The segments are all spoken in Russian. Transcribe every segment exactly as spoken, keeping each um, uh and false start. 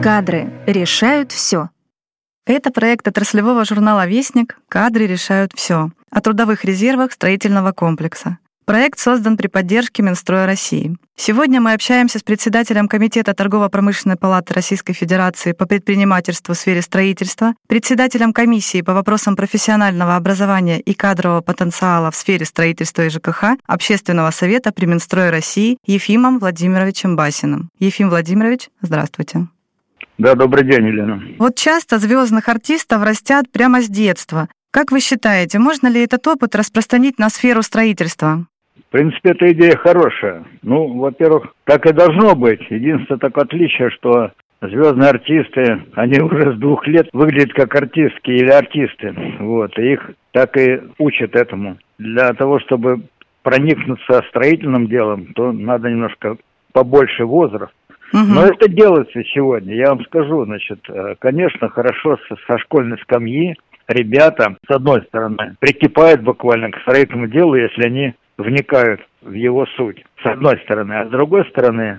Кадры решают все. Это проект отраслевого журнала «Вестник» «Кадры решают все» о трудовых резервах строительного комплекса. Проект создан при поддержке Минстроя России. Сегодня мы общаемся с председателем Комитета Торгово-промышленной палаты Российской Федерации по предпринимательству в сфере строительства, председателем Комиссии по вопросам профессионального образования и кадрового потенциала в сфере строительства и ЖКХ Общественного совета при Минстрое России Ефимом Владимировичем Басиным. Ефим Владимирович, здравствуйте. Да, добрый день, Елена. Вот часто звездных артистов растят прямо с детства. Как вы считаете, можно ли этот опыт распространить на сферу строительства? В принципе, эта идея хорошая. Ну, во-первых, так и должно быть. Единственное такое отличие, что звездные артисты, они уже с двух лет выглядят как артистки или артисты. Вот, и их так и учат этому. Для того, чтобы проникнуться строительным делом, то надо немножко побольше возраст. Угу. Но это делается сегодня, я вам скажу, значит, конечно, хорошо со, со школьной скамьи ребята, с одной стороны, прикипают буквально к строительному делу, если они вникают в его суть, с одной стороны. А с другой стороны,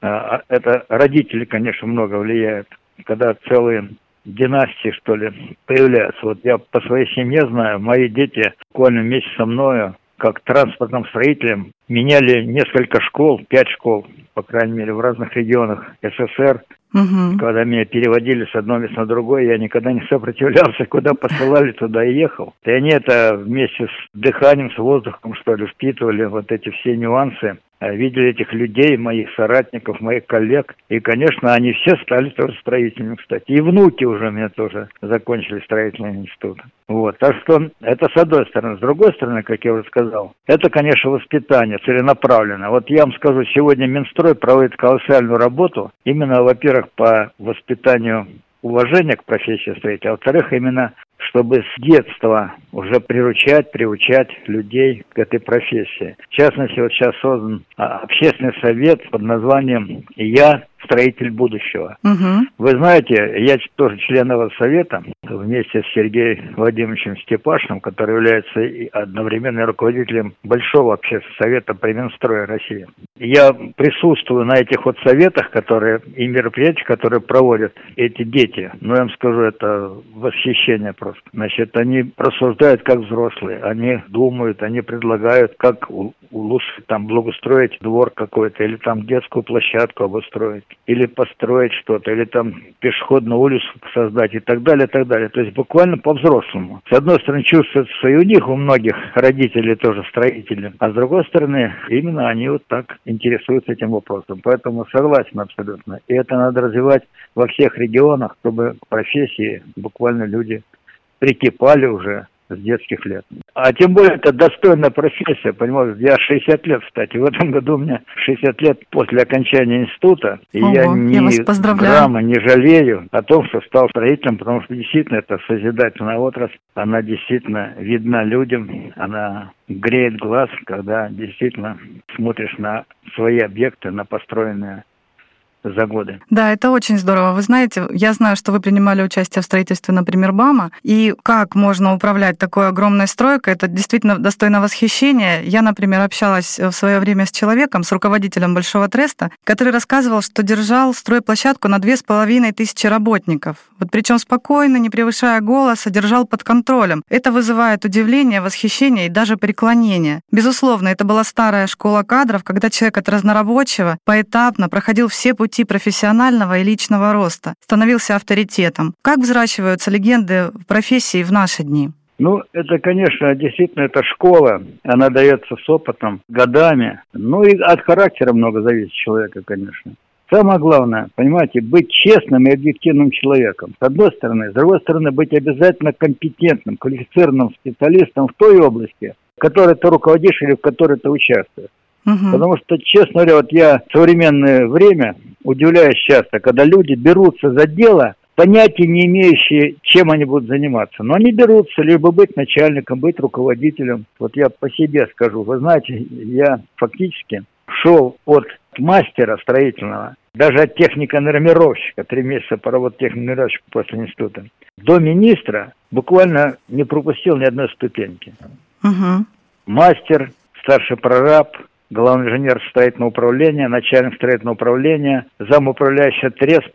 это родители, конечно, много влияют, когда целые династии, что ли, появляются. Вот я по своей семье знаю, мои дети буквально вместе со мною, как транспортным строителем, меняли несколько школ, пять школ, по крайней мере, в разных регионах СССР. Угу. Когда меня переводили с одного места на другое, я никогда не сопротивлялся, куда посылали, туда и ехал. И они это вместе с дыханием, с воздухом, что ли, впитывали вот эти все нюансы. Видели этих людей, моих соратников, моих коллег. И, конечно, они все стали тоже строителями, кстати. И внуки уже у меня тоже закончили строительный институт. Вот. Так что это с одной стороны. С другой стороны, как я уже сказал, это, конечно, воспитание целенаправленно. Вот я вам скажу, сегодня Минстрой проводит колоссальную работу. Именно, во-первых, по воспитанию уважения к профессии строителя. А во-вторых, именно чтобы с детства уже приручать, приучать людей к этой профессии. В частности, вот сейчас создан общественный совет под названием «Я строитель будущего». Угу. Вы знаете, я тоже член этого совета вместе с Сергеем Владимировичем Степашиным, который является одновременно руководителем Большого общественного совета при Минстрое России. Я присутствую на этих вот советах, которые и мероприятиях, которые проводят эти дети. Но я вам скажу, это восхищение просто. Значит, они рассуждают как взрослые, они думают, они предлагают, как улучшить, там, благоустроить двор какой-то, или там детскую площадку обустроить, или построить что-то, или там пешеходную улицу создать и так далее, и так далее. То есть буквально по-взрослому. С одной стороны, чувствуется, и у них, у многих родителей тоже строители, а с другой стороны, именно они вот так интересуются этим вопросом. Поэтому согласен абсолютно. И это надо развивать во всех регионах, чтобы к профессии буквально люди прикипали уже с детских лет. А тем более это достойная профессия, понимаете, я шестьдесят лет, кстати, в этом году у меня шестьдесят лет после окончания института, и Ого, я ни грамма не жалею о том, что стал строителем, потому что действительно это созидательная отрасль, она действительно видна людям, она греет глаз, когда действительно смотришь на свои объекты, на построенные за годы. Да, это очень здорово. Вы знаете, я знаю, что вы принимали участие в строительстве, например, БАМа, и как можно управлять такой огромной стройкой, это действительно достойно восхищения. Я, например, общалась в свое время с человеком, с руководителем Большого треста, который рассказывал, что держал стройплощадку на две с половиной тысячи работников. Вот причем спокойно, не превышая голоса, держал под контролем. Это вызывает удивление, восхищение и даже преклонение. Безусловно, это была старая школа кадров, когда человек от разнорабочего поэтапно проходил все пути профессионального и личного роста, становился авторитетом. Как взращиваются легенды в профессии в наши дни? Ну, это, конечно, действительно, это школа, она дается с опытом, годами. Ну и от характера много зависит человека, конечно. Самое главное, понимаете, быть честным и объективным человеком. С одной стороны. С другой стороны, быть обязательно компетентным, квалифицированным специалистом в той области, в которой ты руководишь или в которой ты участвуешь. Угу. Потому что, честно говоря, вот я в современное время удивляюсь часто, когда люди берутся за дело, понятия не имеющие, чем они будут заниматься. Но они берутся либо быть начальником, быть руководителем. Вот я по себе скажу. Вы знаете, я фактически шел от мастера строительного, даже от техника-нормировщика, три месяца поработал техник-нормировщиком после института, до министра буквально не пропустил ни одной ступеньки. Угу. Мастер, старший прораб, главный инженер строительного управления, начальник строительного управления, замуправляющий трестом,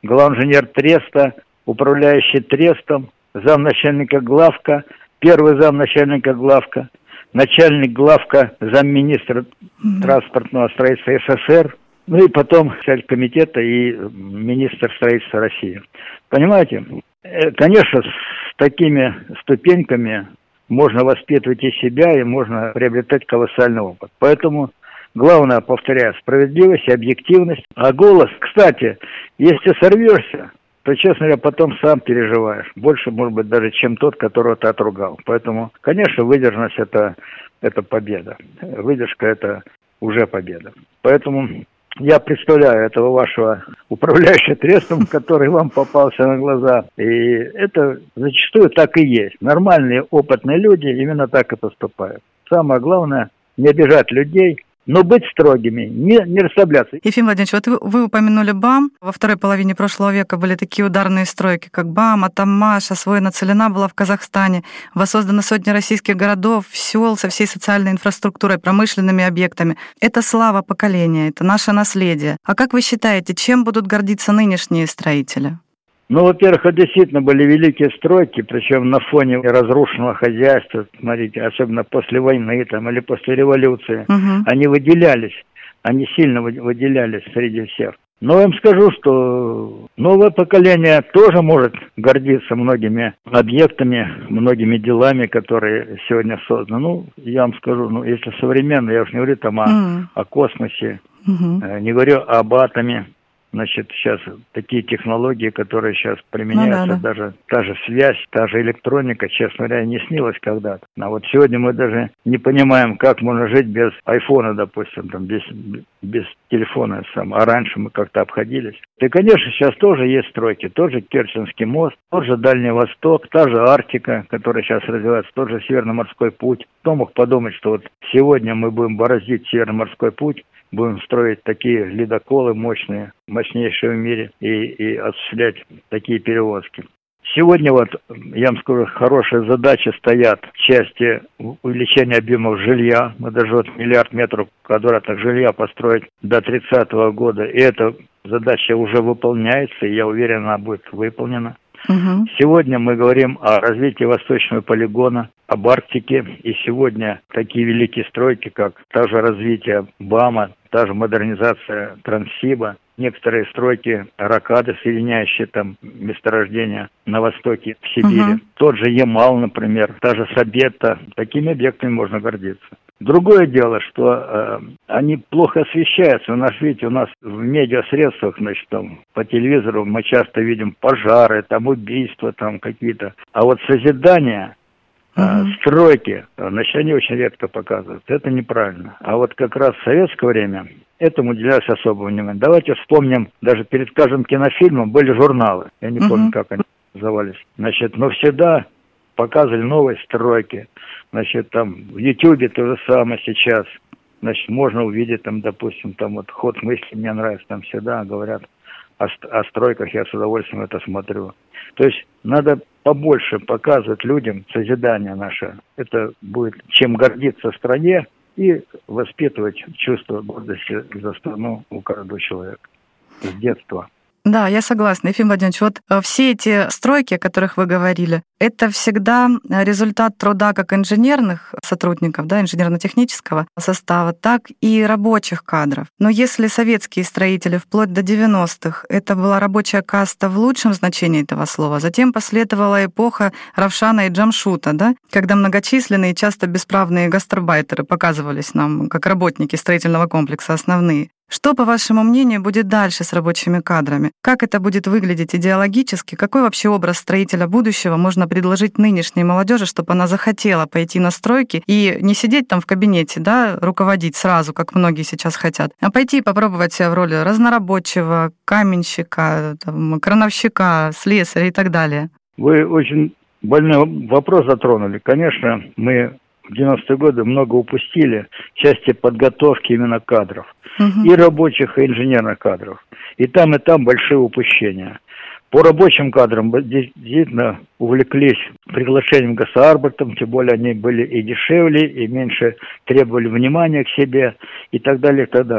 главный инженер треста, управляющий трестом, замначальника главка, первый замначальника главка, начальник главка, замминистра транспортного строительства СССР, ну и потом начальник комитета и министр строительства России. Понимаете? Конечно, с такими ступеньками можно воспитывать и себя, и можно приобретать колоссальный опыт. Поэтому главное, повторяю, справедливость и объективность. А голос, кстати, если сорвешься, то, честно говоря, потом сам переживаешь. Больше, может быть, даже, чем тот, которого ты отругал. Поэтому, конечно, выдержанность это, – это победа. Выдержка – это уже победа. Поэтому я представляю этого вашего управляющего трестом, который вам попался на глаза. И это зачастую так и есть. Нормальные, опытные люди именно так и поступают. Самое главное – не обижать людей, но быть строгими, не, не расслабляться. Ефим Владимирович, вот вы, вы упомянули БАМ. Во второй половине прошлого века были такие ударные стройки, как БАМ, Атамаш, освоена Целина была в Казахстане, воссозданы сотни российских городов, сел со всей социальной инфраструктурой, промышленными объектами. Это слава поколения, это наше наследие. А как вы считаете, чем будут гордиться нынешние строители? Ну, во-первых, это действительно были великие стройки, причем на фоне разрушенного хозяйства, смотрите, особенно после войны там, или после революции, угу. Они выделялись, они сильно выделялись среди всех. Но я вам скажу, что новое поколение тоже может гордиться многими объектами, многими делами, которые сегодня созданы. Ну, я вам скажу, ну, если современно, я уж не говорю там о, mm. о космосе, mm-hmm. не говорю об атоме. Значит, сейчас такие технологии, которые сейчас применяются, ну, да, да. даже та же связь, та же электроника, честно говоря, не снилась когда-то. А вот сегодня мы даже не понимаем, как можно жить без айфона, допустим, там, без, без телефона сам. А раньше мы как-то обходились. И, конечно, сейчас тоже есть стройки. Тот же Керченский мост, тот же Дальний Восток, та же Арктика, которая сейчас развивается, тот же Северно-морской путь. Кто мог подумать, что вот сегодня мы будем бороздить Северно-морской путь, будем строить такие ледоколы мощные, мощнейшие в мире, и, и осуществлять такие перевозки. Сегодня вот, я вам скажу, хорошие задачи стоят в части увеличения объемов жилья. Мы даже вот миллиард метров квадратных жилья построить до тридцатого года. И эта задача уже выполняется, и я уверен, она будет выполнена. Угу. Сегодня мы говорим о развитии восточного полигона, об Арктике. И сегодня такие великие стройки, как та же развитие БАМа, та же модернизация Транссиба, некоторые стройки ракады, соединяющие там месторождения на востоке, в Сибири. Угу. Тот же Ямал, например, та же Сабетта. Такими объектами можно гордиться. Другое дело, что э, они плохо освещаются. У нас, видите, у нас в медиасредствах, значит, там, по телевизору мы часто видим пожары, там, убийства, там, какие-то. А вот созидание, э, uh-huh. стройки, значит, они очень редко показывают. Это неправильно. А вот как раз в советское время этому уделялось особое внимание. Давайте вспомним, даже перед каждым кинофильмом были журналы. Я не uh-huh. помню, как они назывались. Значит, но всегда показывали новые стройки. Значит, там в Ютьюбе то же самое сейчас. Значит, можно увидеть там, допустим, там вот ход мысли мне нравится, там всегда говорят о, о стройках, я с удовольствием это смотрю. То есть надо побольше показывать людям созидание наше. Это будет чем гордиться стране и воспитывать чувство гордости за страну у каждого человека с детства. Да, я согласна, Ефим Владимирович. Вот все эти стройки, о которых вы говорили, это всегда результат труда как инженерных сотрудников, да, инженерно-технического состава, так и рабочих кадров. Но если советские строители вплоть до девяностых, это была рабочая каста в лучшем значении этого слова, затем последовала эпоха Равшана и Джамшута, да, когда многочисленные и часто бесправные гастарбайтеры показывались нам как работники строительного комплекса основные. Что, по вашему мнению, будет дальше с рабочими кадрами? Как это будет выглядеть идеологически? Какой вообще образ строителя будущего можно предложить нынешней молодежи, чтобы она захотела пойти на стройки и не сидеть там в кабинете, да, руководить сразу, как многие сейчас хотят, а пойти и попробовать себя в роли разнорабочего, каменщика, там, крановщика, слесаря и так далее? Вы очень больной вопрос затронули. Конечно, мы в девяностые годы много упустили в части подготовки именно кадров. Угу. И рабочих, и инженерных кадров. И там, и там большие упущения. По рабочим кадрам действительно увлеклись приглашением госарбатом, тем более они были и дешевле, и меньше требовали внимания к себе, и так далее, и так далее.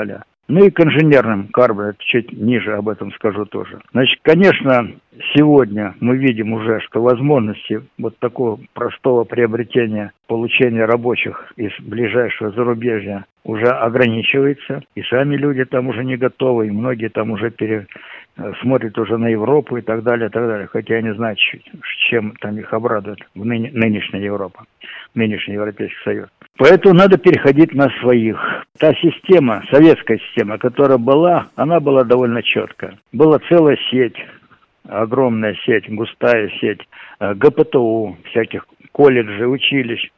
Ну и к инженерным кадрам, чуть ниже об этом скажу тоже. Значит, конечно, сегодня мы видим уже, что возможности вот такого простого приобретения, получения рабочих из ближайшего зарубежья уже ограничивается, и сами люди там уже не готовы, и многие там уже пере... смотрят уже на Европу и так далее, и так далее, хотя я не знаю, чем там их обрадует в ныне... нынешняя Европа, нынешний Европейский Союз. Поэтому надо переходить на своих. Та система, советская система, которая была, она была довольно четкая. Была целая сеть, огромная сеть, густая сеть ГПТУ, всяких колледжей, училищ,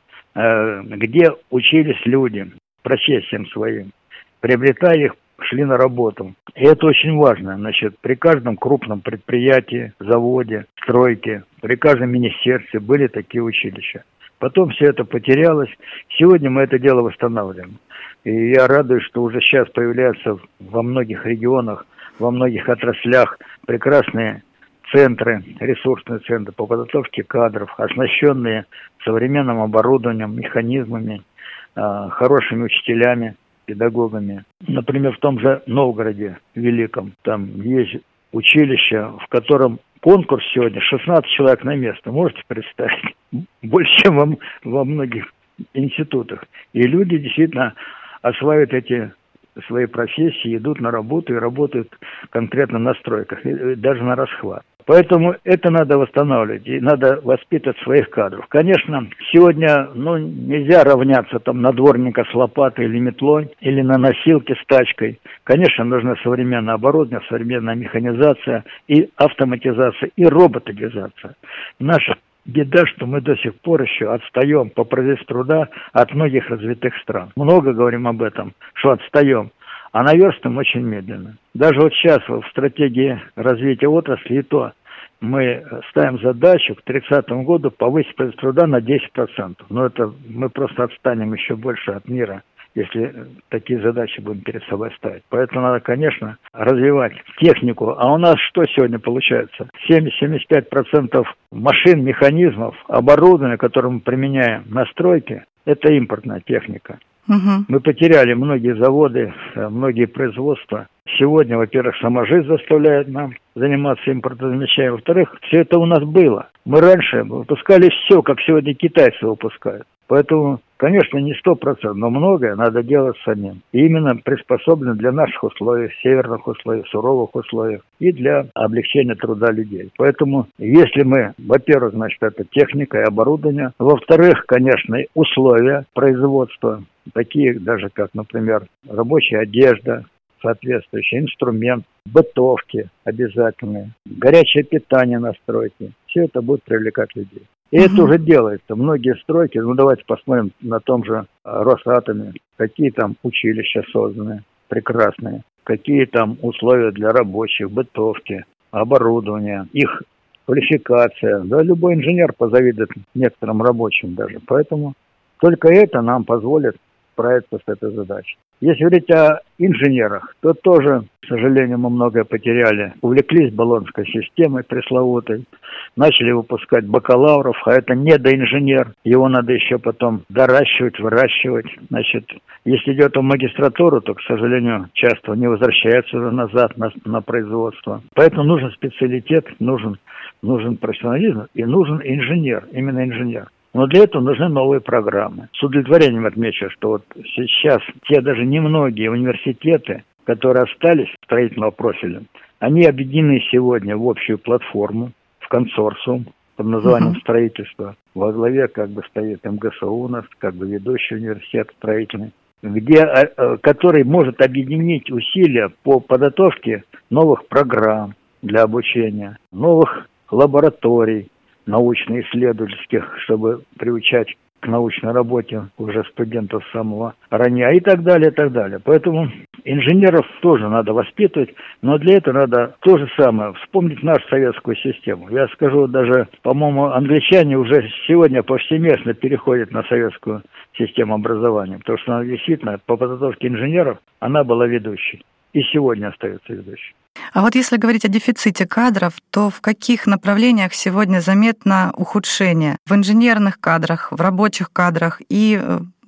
где учились люди профессиям своим, приобретая их, шли на работу. И это очень важно. Значит, при каждом крупном предприятии, заводе, стройке, при каждом министерстве были такие училища. Потом все это потерялось. Сегодня мы это дело восстанавливаем. И я радуюсь, что уже сейчас появляются во многих регионах, во многих отраслях прекрасные центры, ресурсные центры по подготовке кадров, оснащенные современным оборудованием, механизмами, хорошими учителями, педагогами. Например, в том же Новгороде Великом, там есть училище, в котором конкурс сегодня шестнадцать человек на место. Можете представить? Больше, чем во, во многих институтах. И люди действительно осваивают эти свои профессии, идут на работу и работают конкретно на стройках, и даже на расхват. Поэтому это надо восстанавливать, и надо воспитывать своих кадров. Конечно, сегодня ну, нельзя равняться там, на дворника с лопатой или метлой, или на носилке с тачкой. Конечно, нужно современное оборудование, современная механизация, и автоматизация, и роботизация. Наша беда, что мы до сих пор еще отстаем по производству труда от многих развитых стран. Много говорим об этом, что отстаем. А наверстываем очень медленно. Даже вот сейчас в стратегии развития отрасли и то мы ставим задачу к тридцатому году повысить производство труда на десять процентов. Но это мы просто отстанем еще больше от мира, если такие задачи будем перед собой ставить. Поэтому надо, конечно, развивать технику. А у нас что сегодня получается? семьдесят-семьдесят пять процентов машин, механизмов, оборудования, которое мы применяем на стройке, это импортная техника. Угу. Мы потеряли многие заводы, многие производства. Сегодня, во-первых, сама жизнь заставляет нам заниматься импортозамещением. Во-вторых, все это у нас было. Мы раньше выпускали все, как сегодня китайцы выпускают. Поэтому, конечно, не сто процентов, но многое надо делать самим. И именно приспособлено для наших условий, северных условий, суровых условий и для облегчения труда людей. Поэтому, если мы, во-первых, значит, это техника и оборудование, во-вторых, конечно, условия производства, такие даже как, например, рабочая одежда, соответствующий инструмент, бытовки обязательные, горячее питание на стройке. Все это будет привлекать людей. И uh-huh. это уже делается. Многие стройки, ну давайте посмотрим на том же Росатоме, какие там училища созданы, прекрасные, какие там условия для рабочих, бытовки, оборудования, их квалификация. Да, любой инженер позавидует некоторым рабочим даже. Поэтому только это нам позволит справиться с этой задачей. Если говорить о инженерах, то тоже, к сожалению, мы многое потеряли. Увлеклись Болонской системой пресловутой, начали выпускать бакалавров, а это недоинженер. Его надо еще потом доращивать, выращивать. Значит, если идет в магистратуру, то, к сожалению, часто не возвращается уже назад на, на производство. Поэтому нужен специалитет, нужен, нужен профессионализм и нужен инженер, именно инженер. Но для этого нужны новые программы. С удовлетворением отмечу, что вот сейчас те даже немногие университеты, которые остались строительного профиля, они объединены сегодня в общую платформу, в консорциум под названием uh-huh. строительство. Во главе как бы стоит эм гэ эс у у нас, как бы ведущий университет строительный, где, который может объединить усилия по подготовке новых программ для обучения, новых лабораторий, научно-исследовательских, чтобы приучать к научной работе уже студентов с самого раннего и так далее, и так далее. Поэтому инженеров тоже надо воспитывать, но для этого надо то же самое, вспомнить нашу советскую систему. Я скажу, даже, по-моему, англичане уже сегодня повсеместно переходят на советскую систему образования, потому что она действительно по подготовке инженеров, она была ведущей и сегодня остается ведущей. А вот если говорить о дефиците кадров, то в каких направлениях сегодня заметно ухудшение? В инженерных кадрах, в рабочих кадрах и вот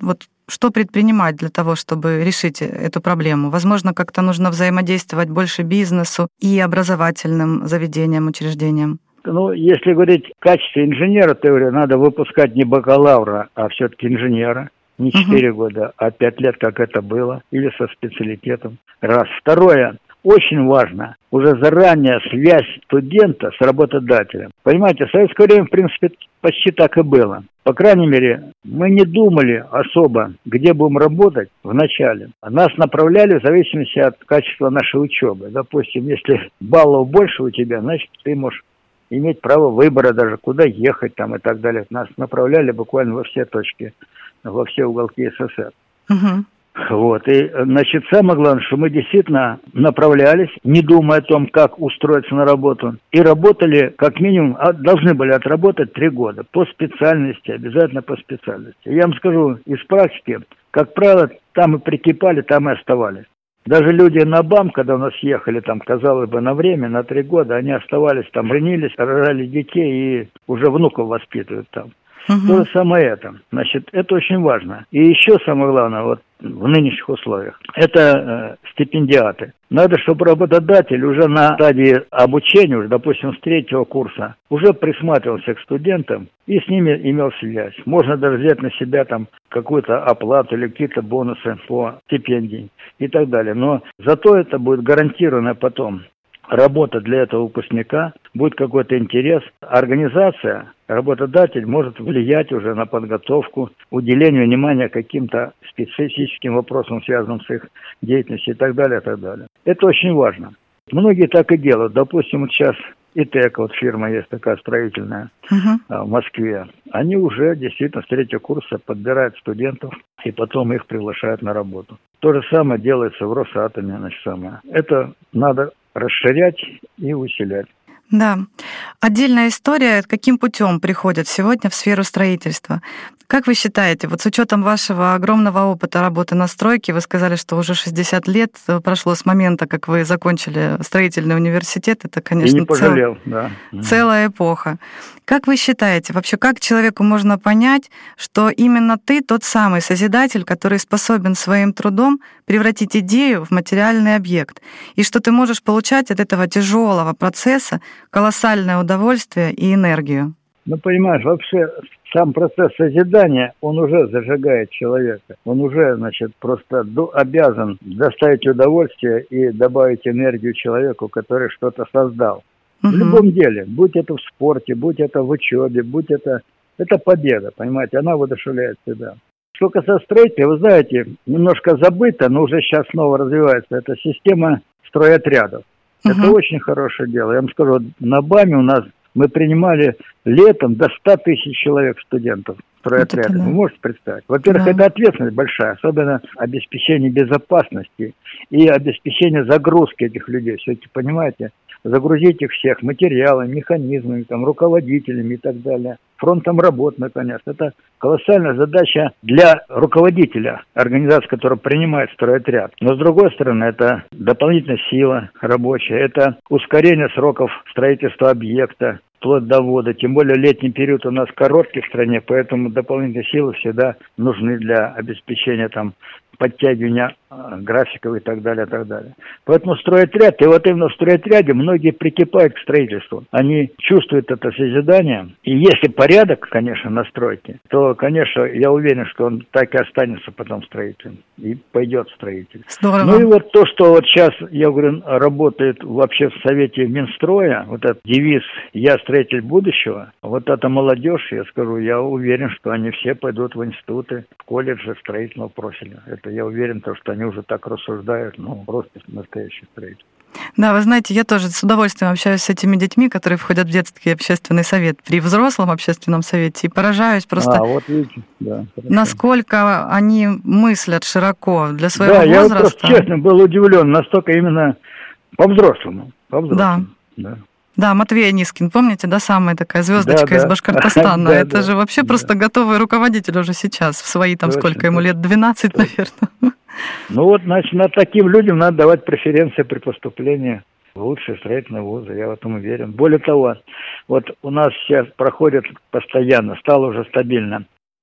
что предпринимать для того, чтобы решить эту проблему? Возможно, как-то нужно взаимодействовать больше бизнесу и образовательным заведениям, учреждениям. Ну, если говорить в качестве инженера, то говорю, надо выпускать не бакалавра, а все-таки инженера. Не четыре uh-huh. года, а пять лет, как это было, или со специалитетом. Раз. Второе. Очень важно уже заранее связь студента с работодателем. Понимаете, в советское время, в принципе, почти так и было. По крайней мере, мы не думали особо, где будем работать в начале. Нас направляли в зависимости от качества нашей учебы. Допустим, если баллов больше у тебя, значит, ты можешь иметь право выбора даже, куда ехать там и так далее. Нас направляли буквально во все точки, во все уголки СССР. Угу. Вот, и, значит, самое главное, что мы действительно направлялись, не думая о том, как устроиться на работу, и работали, как минимум, должны были отработать три года по специальности, обязательно по специальности. Я вам скажу, из практики, как правило, там и прикипали, там и оставались. Даже люди на БАМ, когда у нас ехали, там, казалось бы, на время, на три года, они оставались там, женились, рожали детей и уже внуков воспитывают там. Угу. То же самое это. Значит, это очень важно. И еще самое главное, вот в нынешних условиях, это э, стипендиаты. Надо, чтобы работодатель уже на стадии обучения, уже, допустим, с третьего курса, уже присматривался к студентам и с ними имел связь. Можно даже взять на себя там какую-то оплату или какие-то бонусы по стипендии и так далее. Но зато это будет гарантированно потом работа для этого выпускника, будет какой-то интерес. Организация, работодатель может влиять уже на подготовку, уделение внимания каким-то специфическим вопросам, связанным с их деятельностью и так далее, и так далее. Это очень важно. Многие так и делают. Допустим, вот сейчас ИТЭК, вот фирма есть такая строительная uh-huh. в Москве. Они уже действительно с третьего курса подбирают студентов и потом их приглашают на работу. То же самое делается в Росатоме, значит, самое. Это надо расширять и усилять. Да. Отдельная история, каким путем приходят сегодня в сферу строительства. Как вы считаете, вот с учетом вашего огромного опыта работы на стройке, вы сказали, что уже шестьдесят лет прошло с момента, как вы закончили строительный университет, это, конечно, и не пожалел, цел... да. целая эпоха. Как вы считаете, вообще, как человеку можно понять, что именно ты тот самый созидатель, который способен своим трудом превратить идею в материальный объект, и что ты можешь получать от этого тяжелого процесса колоссальное удовольствие и энергию? Ну, понимаешь, вообще сам процесс созидания, он уже зажигает человека. Он уже, значит, просто обязан доставить удовольствие и добавить энергию человеку, который что-то создал. Uh-huh. В любом деле, будь это в спорте, будь это в учебе, будь это... Это победа, понимаете, она воодушевляет себя. Что касается строителя, вы знаете, немножко забыто, но уже сейчас снова развивается, это система стройотрядов. Uh-huh. Это очень хорошее дело. Я вам скажу, на БАМе у нас мы принимали летом до ста тысяч человек студентов стройотряда. Да. Вы можете представить? Во-первых, да. это ответственность большая, особенно обеспечение безопасности и обеспечение загрузки этих людей. Все-таки, понимаете, загрузить их всех материалами, механизмами, там, руководителями и так далее. Фронтом работ, наконец. Это колоссальная задача для руководителя организации, которая принимает стройотряд. Но, с другой стороны, это дополнительная сила рабочая, это ускорение сроков строительства объекта, вплоть до ввода. Тем более летний период у нас короткий в стране, поэтому дополнительные силы всегда нужны для обеспечения там подтягивания э, графиков и так далее, и так далее. Поэтому стройотряд, и вот именно в стройотряде многие прикипают к строительству. Они чувствуют это созидание. И если порядок, конечно, на стройке, то, конечно, я уверен, что он так и останется потом строителем. И пойдет строитель. Здорово. Ну и вот то, что вот сейчас, я говорю, работает вообще в Совете Минстроя, вот этот девиз «Я строитель будущего», вот эта молодежь, я скажу, я уверен, что они все пойдут в институты, в колледжи строительного профиля. Это я уверен, то, что они уже так рассуждают, ну, просто настоящий строитель. Да, вы знаете, я тоже с удовольствием общаюсь с этими детьми, которые входят в детский общественный совет при взрослом общественном совете, и поражаюсь просто, а, вот видите, да, насколько они мыслят широко для своего да, возраста. Да, я просто честно был удивлен, настолько именно по-взрослому. по-взрослому. Да. Да. Да, Матвей Анискин, помните, да, самая такая звездочка да, из да. Башкортостана. Да, Это да, же вообще да. просто готовый руководитель уже сейчас, в свои там, точно, сколько ему лет, двенадцать, точно. наверное. Ну вот, значит, над таким людям надо давать преференции при поступлении в лучшие строительные вузы, я в этом уверен. Более того, вот у нас сейчас проходит постоянно, стало уже стабильно,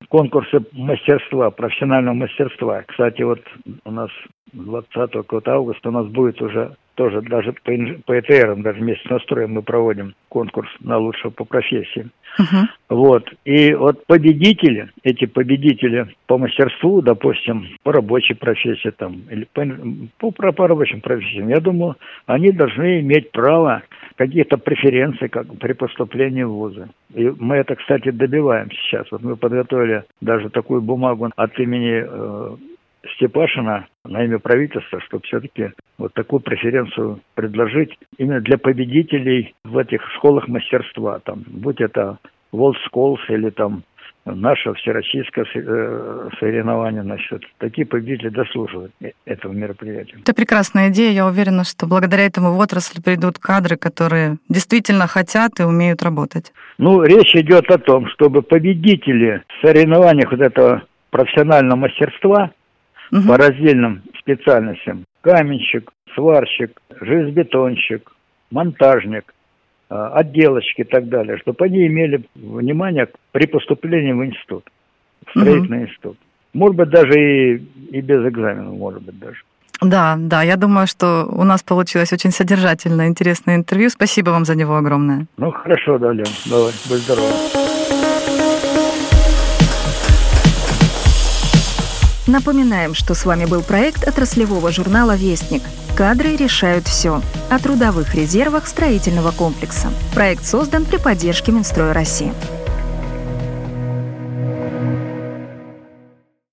конкурсы мастерства, профессионального мастерства. Кстати, вот у нас двадцатого августа у нас будет уже тоже даже по, инж... по ЭТРам, даже вместе с настроем мы проводим конкурс на лучшего по профессии. Uh-huh. Вот. И вот победители, эти победители по мастерству, допустим, по рабочей профессии там, или по, по, по рабочим профессиям, я думаю, они должны иметь право каких-то преференций как при поступлении в вузы. И мы это, кстати, добиваем сейчас. Вот мы подготовили даже такую бумагу от имени э, Степашина на имя правительства, чтобы все-таки вот такую преференцию предложить именно для победителей в этих школах мастерства. Там, будь это World Schools или там наше всероссийское соревнование, значит, такие победители заслуживают этого мероприятия. Это прекрасная идея. Я уверена, что благодаря этому в отрасль придут кадры, которые действительно хотят и умеют работать. Ну, речь идет о том, чтобы победители в соревнованиях вот этого профессионального мастерства угу. по раздельным специальностям: каменщик, сварщик, железобетонщик, монтажник, отделочки и так далее, чтобы они имели внимание при поступлении в институт, в строительный угу. институт. Может быть, даже и, и без экзамена, может быть, даже. Да, да, я думаю, что у нас получилось очень содержательное, интересное интервью. Спасибо вам за него огромное. Ну, хорошо, да, Лен, давай, будь здоров. Напоминаем, что с вами был проект отраслевого журнала «Вестник». Кадры решают все. О трудовых резервах строительного комплекса. Проект создан при поддержке Минстроя России.